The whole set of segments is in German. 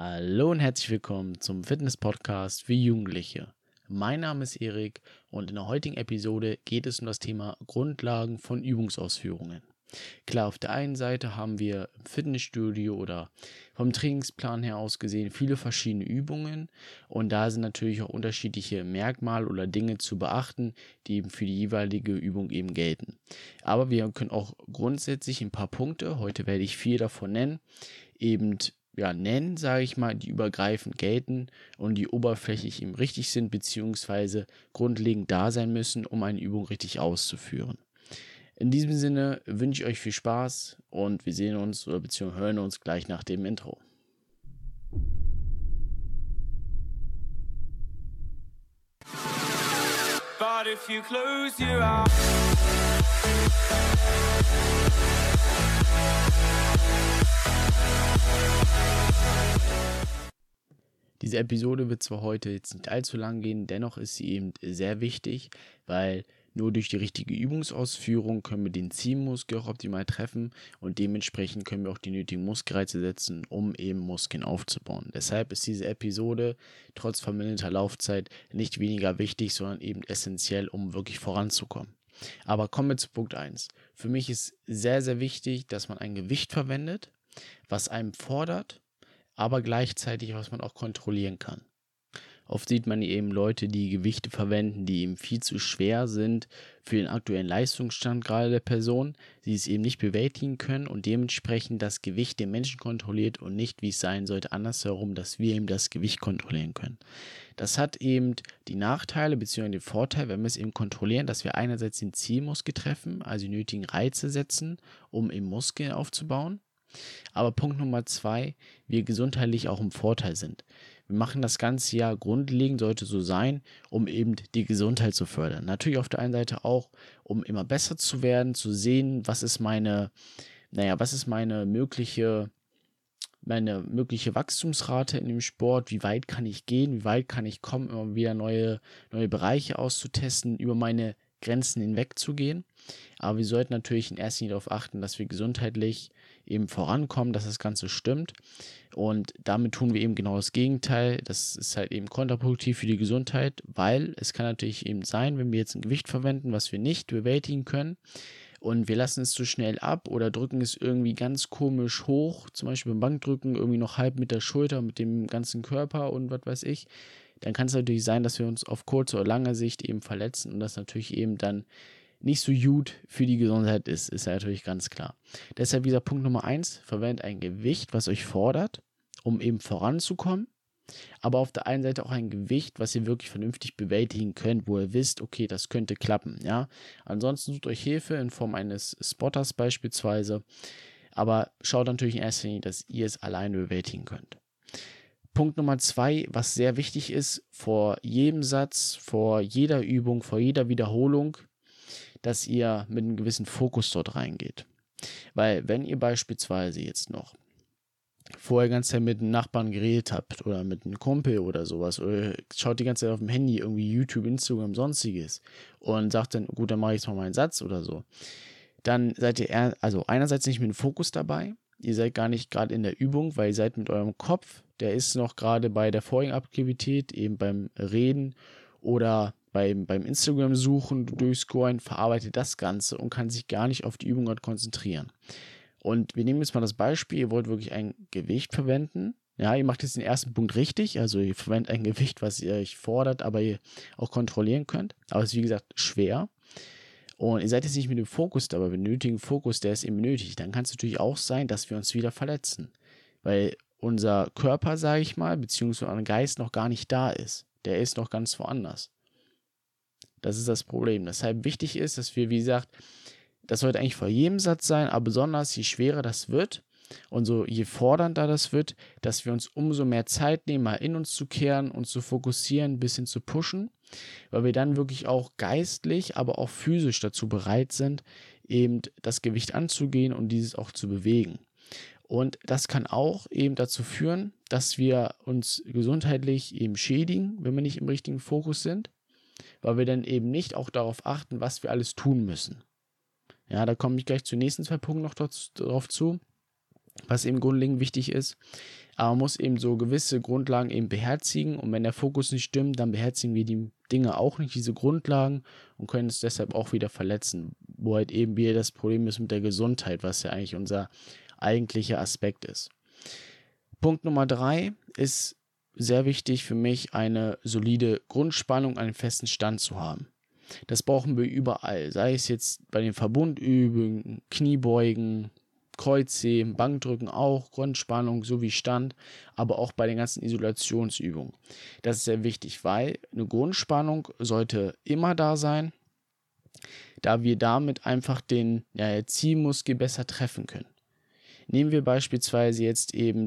Hallo und herzlich willkommen zum Fitness-Podcast für Jugendliche. Mein Name ist Erik und in der heutigen Episode geht es um das Thema Grundlagen von Übungsausführungen. Klar, auf der einen Seite haben wir im Fitnessstudio oder vom Trainingsplan her aus gesehen viele verschiedene Übungen und da sind natürlich auch unterschiedliche Merkmale oder Dinge zu beachten, die eben für die jeweilige Übung eben gelten. Aber wir können auch grundsätzlich ein paar Punkte, heute werde ich 4 davon nennen, nennen, sage ich mal, die übergreifend gelten und die oberflächlich eben richtig sind, beziehungsweise grundlegend da sein müssen, um eine Übung richtig auszuführen. In diesem Sinne wünsche ich euch viel Spaß und wir sehen uns oder beziehungsweise hören uns gleich nach dem Intro. But if you close your eyes, diese Episode wird zwar heute jetzt nicht allzu lang gehen, dennoch ist sie eben sehr wichtig, weil nur durch die richtige Übungsausführung können wir den Zielmuskel auch optimal treffen und dementsprechend können wir auch die nötigen Muskelreize setzen, um eben Muskeln aufzubauen. Deshalb ist diese Episode trotz verminderter Laufzeit nicht weniger wichtig, sondern eben essentiell, um wirklich voranzukommen. Aber kommen wir zu Punkt 1. Für mich ist sehr, sehr wichtig, dass man ein Gewicht verwendet, was einem fordert, aber gleichzeitig, was man auch kontrollieren kann. Oft sieht man eben Leute, die Gewichte verwenden, die eben viel zu schwer sind für den aktuellen Leistungsstand gerade der Person, die es eben nicht bewältigen können und dementsprechend das Gewicht den Menschen kontrolliert und nicht, wie es sein sollte, andersherum, dass wir eben das Gewicht kontrollieren können. Das hat eben die Nachteile bzw. den Vorteil, wenn wir es eben kontrollieren, dass wir einerseits den Zielmuskel treffen, also die nötigen Reize setzen, um eben Muskeln aufzubauen. Aber Punkt Nummer 2, wir gesundheitlich auch im Vorteil sind. Wir machen das ganze Jahr grundlegend, sollte so sein, um eben die Gesundheit zu fördern. Natürlich auf der einen Seite auch, um immer besser zu werden, zu sehen, was ist meine mögliche Wachstumsrate in dem Sport, wie weit kann ich gehen, wie weit kann ich kommen, immer wieder neue Bereiche auszutesten, über meine Grenzen hinwegzugehen. Aber wir sollten natürlich in erster Linie darauf achten, dass wir gesundheitlich eben vorankommen, dass das Ganze stimmt. Und damit tun wir eben genau das Gegenteil. Das ist halt eben kontraproduktiv für die Gesundheit, weil es kann natürlich eben sein, wenn wir jetzt ein Gewicht verwenden, was wir nicht bewältigen können, und wir lassen es zu schnell ab oder drücken es irgendwie ganz komisch hoch, zum Beispiel beim Bankdrücken irgendwie noch halb mit der Schulter, mit dem ganzen Körper und was weiß ich, dann kann es natürlich sein, dass wir uns auf kurze oder lange Sicht eben verletzen und das natürlich eben dann nicht so gut für die Gesundheit ist ja natürlich ganz klar. Deshalb dieser Punkt Nummer 1, verwendet ein Gewicht, was euch fordert, um eben voranzukommen, aber auf der einen Seite auch ein Gewicht, was ihr wirklich vernünftig bewältigen könnt, wo ihr wisst, okay, das könnte klappen, ja. Ansonsten sucht euch Hilfe in Form eines Spotters beispielsweise, aber schaut natürlich in erster Linie, dass ihr es alleine bewältigen könnt. Punkt Nummer 2, was sehr wichtig ist, vor jedem Satz, vor jeder Übung, vor jeder Wiederholung, dass ihr mit einem gewissen Fokus dort reingeht. Weil wenn ihr beispielsweise jetzt noch vorher die ganze Zeit mit einem Nachbarn geredet habt oder mit einem Kumpel oder sowas oder schaut die ganze Zeit auf dem Handy irgendwie YouTube, Instagram, sonstiges und sagt dann, gut, dann mache ich jetzt mal meinen Satz oder so, dann seid ihr einerseits nicht mit dem Fokus dabei, ihr seid gar nicht gerade in der Übung, weil ihr seid mit eurem Kopf, der ist noch gerade bei der vorigen Aktivität, eben beim Reden oder beim Instagram-Suchen, durchscrollen, verarbeitet das Ganze und kann sich gar nicht auf die Übung konzentrieren. Und wir nehmen jetzt mal das Beispiel, ihr wollt wirklich ein Gewicht verwenden. Ja, ihr macht jetzt den ersten Punkt richtig, also ihr verwendet ein Gewicht, was ihr euch fordert, aber ihr auch kontrollieren könnt. Aber es ist wie gesagt schwer. Und ihr seid jetzt nicht mit dem Fokus dabei, mit dem nötigen Fokus, der ist eben nötig. Dann kann es natürlich auch sein, dass wir uns wieder verletzen. Weil unser Körper, sage ich mal, beziehungsweise unser Geist noch gar nicht da ist. Der ist noch ganz woanders. Das ist das Problem. Deshalb wichtig ist, dass wir, wie gesagt, das sollte eigentlich vor jedem Satz sein, aber besonders je schwerer das wird und so je fordernder das wird, dass wir uns umso mehr Zeit nehmen, mal in uns zu kehren, uns zu fokussieren, ein bisschen zu pushen, weil wir dann wirklich auch geistlich, aber auch physisch dazu bereit sind, eben das Gewicht anzugehen und dieses auch zu bewegen. Und das kann auch eben dazu führen, dass wir uns gesundheitlich eben schädigen, wenn wir nicht im richtigen Fokus sind, weil wir dann eben nicht auch darauf achten, was wir alles tun müssen. Ja, da komme ich gleich zu den nächsten 2 Punkten noch darauf zu, was eben grundlegend wichtig ist. Aber man muss eben so gewisse Grundlagen eben beherzigen und wenn der Fokus nicht stimmt, dann beherzigen wir die Dinge auch nicht, diese Grundlagen und können es deshalb auch wieder verletzen, wo halt eben wieder das Problem ist mit der Gesundheit, was ja eigentlich unser eigentlicher Aspekt ist. Punkt Nummer 3 ist sehr wichtig für mich, eine solide Grundspannung, einen festen Stand zu haben. Das brauchen wir überall, sei es jetzt bei den Verbundübungen, Kniebeugen, Kreuzheben, Bankdrücken auch, Grundspannung sowie Stand, aber auch bei den ganzen Isolationsübungen. Das ist sehr wichtig, weil eine Grundspannung sollte immer da sein, da wir damit einfach den Ziehmuskel besser treffen können. Nehmen wir beispielsweise jetzt eben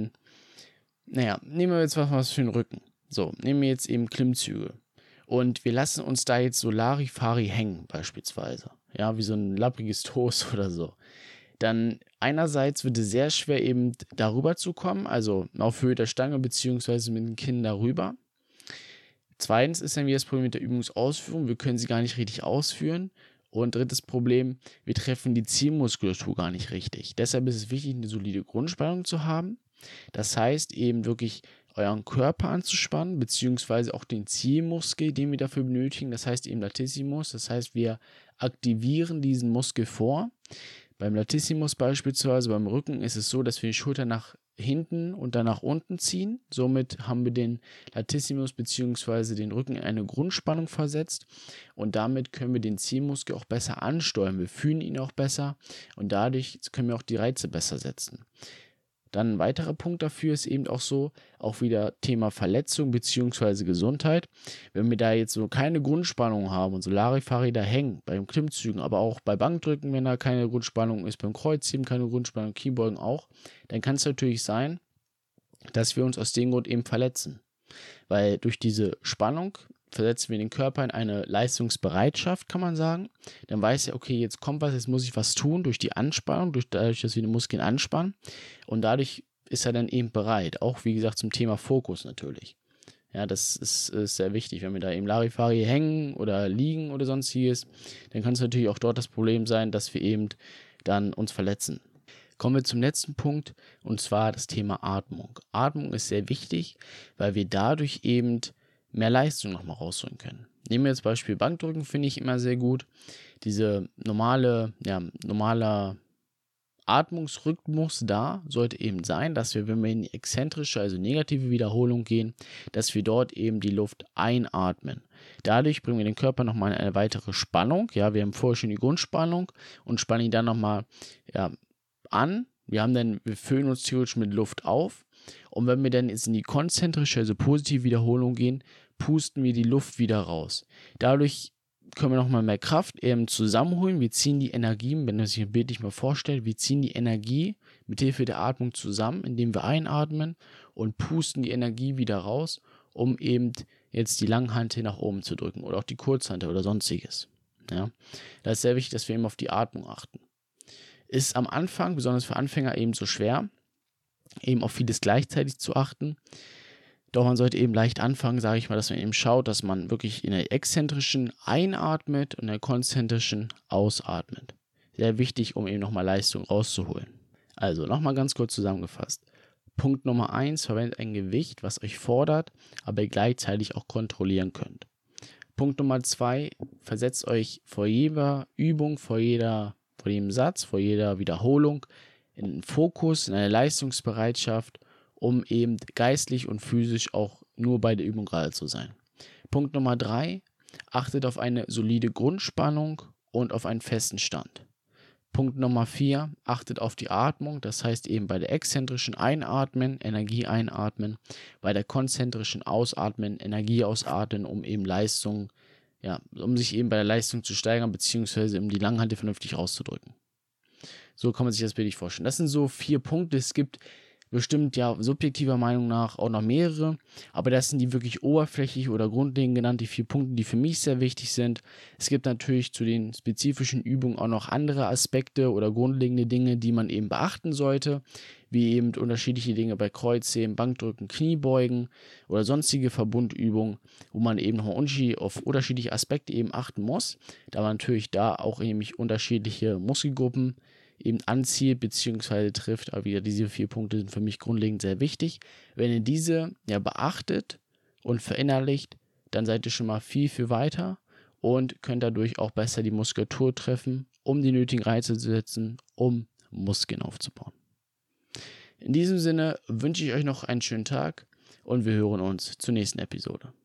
nehmen wir jetzt was für den Rücken. So, nehmen wir jetzt eben Klimmzüge. Und wir lassen uns da jetzt so Larifari hängen beispielsweise. Ja, wie so ein lappriges Toast oder so. Dann einerseits wird es sehr schwer eben darüber zu kommen, also auf Höhe der Stange beziehungsweise mit dem Kinn darüber. Zweitens ist dann wieder das Problem mit der Übungsausführung. Wir können sie gar nicht richtig ausführen. Und drittes Problem, wir treffen die Zielmuskulatur gar nicht richtig. Deshalb ist es wichtig, eine solide Grundspannung zu haben. Das heißt, eben wirklich euren Körper anzuspannen, beziehungsweise auch den Zielmuskel, den wir dafür benötigen. Das heißt eben Latissimus. Das heißt, wir aktivieren diesen Muskel vor. Beim Latissimus beispielsweise, beim Rücken ist es so, dass wir die Schulter nach hinten und dann nach unten ziehen. Somit haben wir den Latissimus bzw. den Rücken in eine Grundspannung versetzt und damit können wir den Zielmuskel auch besser ansteuern. Wir fühlen ihn auch besser und dadurch können wir auch die Reize besser setzen. Dann ein weiterer Punkt dafür ist eben auch so, auch wieder Thema Verletzung bzw. Gesundheit. Wenn wir da jetzt so keine Grundspannung haben und so Larifari da hängen, beim Klimmzügen, aber auch bei Bankdrücken, wenn da keine Grundspannung ist, beim Kreuzheben keine Grundspannung, Kniebeugen auch, dann kann es natürlich sein, dass wir uns aus dem Grund eben verletzen. Weil durch diese Spannung versetzen wir den Körper in eine Leistungsbereitschaft, kann man sagen. Dann weiß er, okay, jetzt kommt was, jetzt muss ich was tun durch die Anspannung, dadurch, dass wir die Muskeln anspannen. Und dadurch ist er dann eben bereit. Auch, wie gesagt, zum Thema Fokus natürlich. Ja, das ist sehr wichtig. Wenn wir da eben Larifari hängen oder liegen oder sonstiges, dann kann es natürlich auch dort das Problem sein, dass wir eben dann uns verletzen. Kommen wir zum letzten Punkt, und zwar das Thema Atmung. Atmung ist sehr wichtig, weil wir dadurch eben mehr Leistung nochmal rausholen können. Nehmen wir jetzt Beispiel Bankdrücken, finde ich immer sehr gut. Diese normaler Atmungsrhythmus da sollte eben sein, dass wir, wenn wir in die exzentrische, also negative Wiederholung gehen, dass wir dort eben die Luft einatmen. Dadurch bringen wir den Körper nochmal in eine weitere Spannung. Ja, wir haben vorher schon die Grundspannung und spannen ihn dann nochmal an. Wir füllen uns theoretisch mit Luft auf. Und wenn wir dann jetzt in die konzentrische, also positive Wiederholung gehen, pusten wir die Luft wieder raus. Dadurch können wir nochmal mehr Kraft eben zusammenholen. Wir ziehen die Energie, wenn man sich ein Bild nicht mal vorstellt, wir ziehen die Energie mit Hilfe der Atmung zusammen, indem wir einatmen und pusten die Energie wieder raus, um eben jetzt die Langhantel nach oben zu drücken oder auch die Kurzhantel oder sonstiges. Ja, das ist sehr wichtig, dass wir eben auf die Atmung achten. Ist am Anfang, besonders für Anfänger, eben so schwer, eben auf vieles gleichzeitig zu achten. Doch man sollte eben leicht anfangen, sage ich mal, dass man eben schaut, dass man wirklich in der exzentrischen einatmet und in der konzentrischen ausatmet. Sehr wichtig, um eben nochmal Leistung rauszuholen. Also nochmal ganz kurz zusammengefasst. Punkt Nummer 1, verwendet ein Gewicht, was euch fordert, aber ihr gleichzeitig auch kontrollieren könnt. Punkt Nummer 2, versetzt euch vor jeder Übung, vor jedem Satz, vor jeder Wiederholung in einen Fokus, in eine Leistungsbereitschaft, um eben geistlich und physisch auch nur bei der Übung gerade zu sein. Punkt Nummer 3, achtet auf eine solide Grundspannung und auf einen festen Stand. Punkt Nummer 4, achtet auf die Atmung, das heißt eben bei der exzentrischen Einatmen, Energie einatmen, bei der konzentrischen Ausatmen, Energie ausatmen, um eben um sich eben bei der Leistung zu steigern, beziehungsweise um die Langhantel vernünftig rauszudrücken. So kann man sich das bildlich vorstellen. Das sind so 4 Punkte. Es gibt bestimmt subjektiver Meinung nach auch noch mehrere, aber das sind die wirklich oberflächlich oder grundlegend genannt, die 4 Punkte, die für mich sehr wichtig sind. Es gibt natürlich zu den spezifischen Übungen auch noch andere Aspekte oder grundlegende Dinge, die man eben beachten sollte, wie eben unterschiedliche Dinge bei Kreuzheben, Bankdrücken, Kniebeugen oder sonstige Verbundübungen, wo man eben nochmal auf unterschiedliche Aspekte eben achten muss, da man natürlich da auch nämlich unterschiedliche Muskelgruppen eben anzielt bzw. trifft. Aber wieder diese 4 Punkte sind für mich grundlegend sehr wichtig. Wenn ihr diese beachtet und verinnerlicht, dann seid ihr schon mal viel, viel weiter und könnt dadurch auch besser die Muskulatur treffen, um die nötigen Reize zu setzen, um Muskeln aufzubauen. In diesem Sinne wünsche ich euch noch einen schönen Tag und wir hören uns zur nächsten Episode.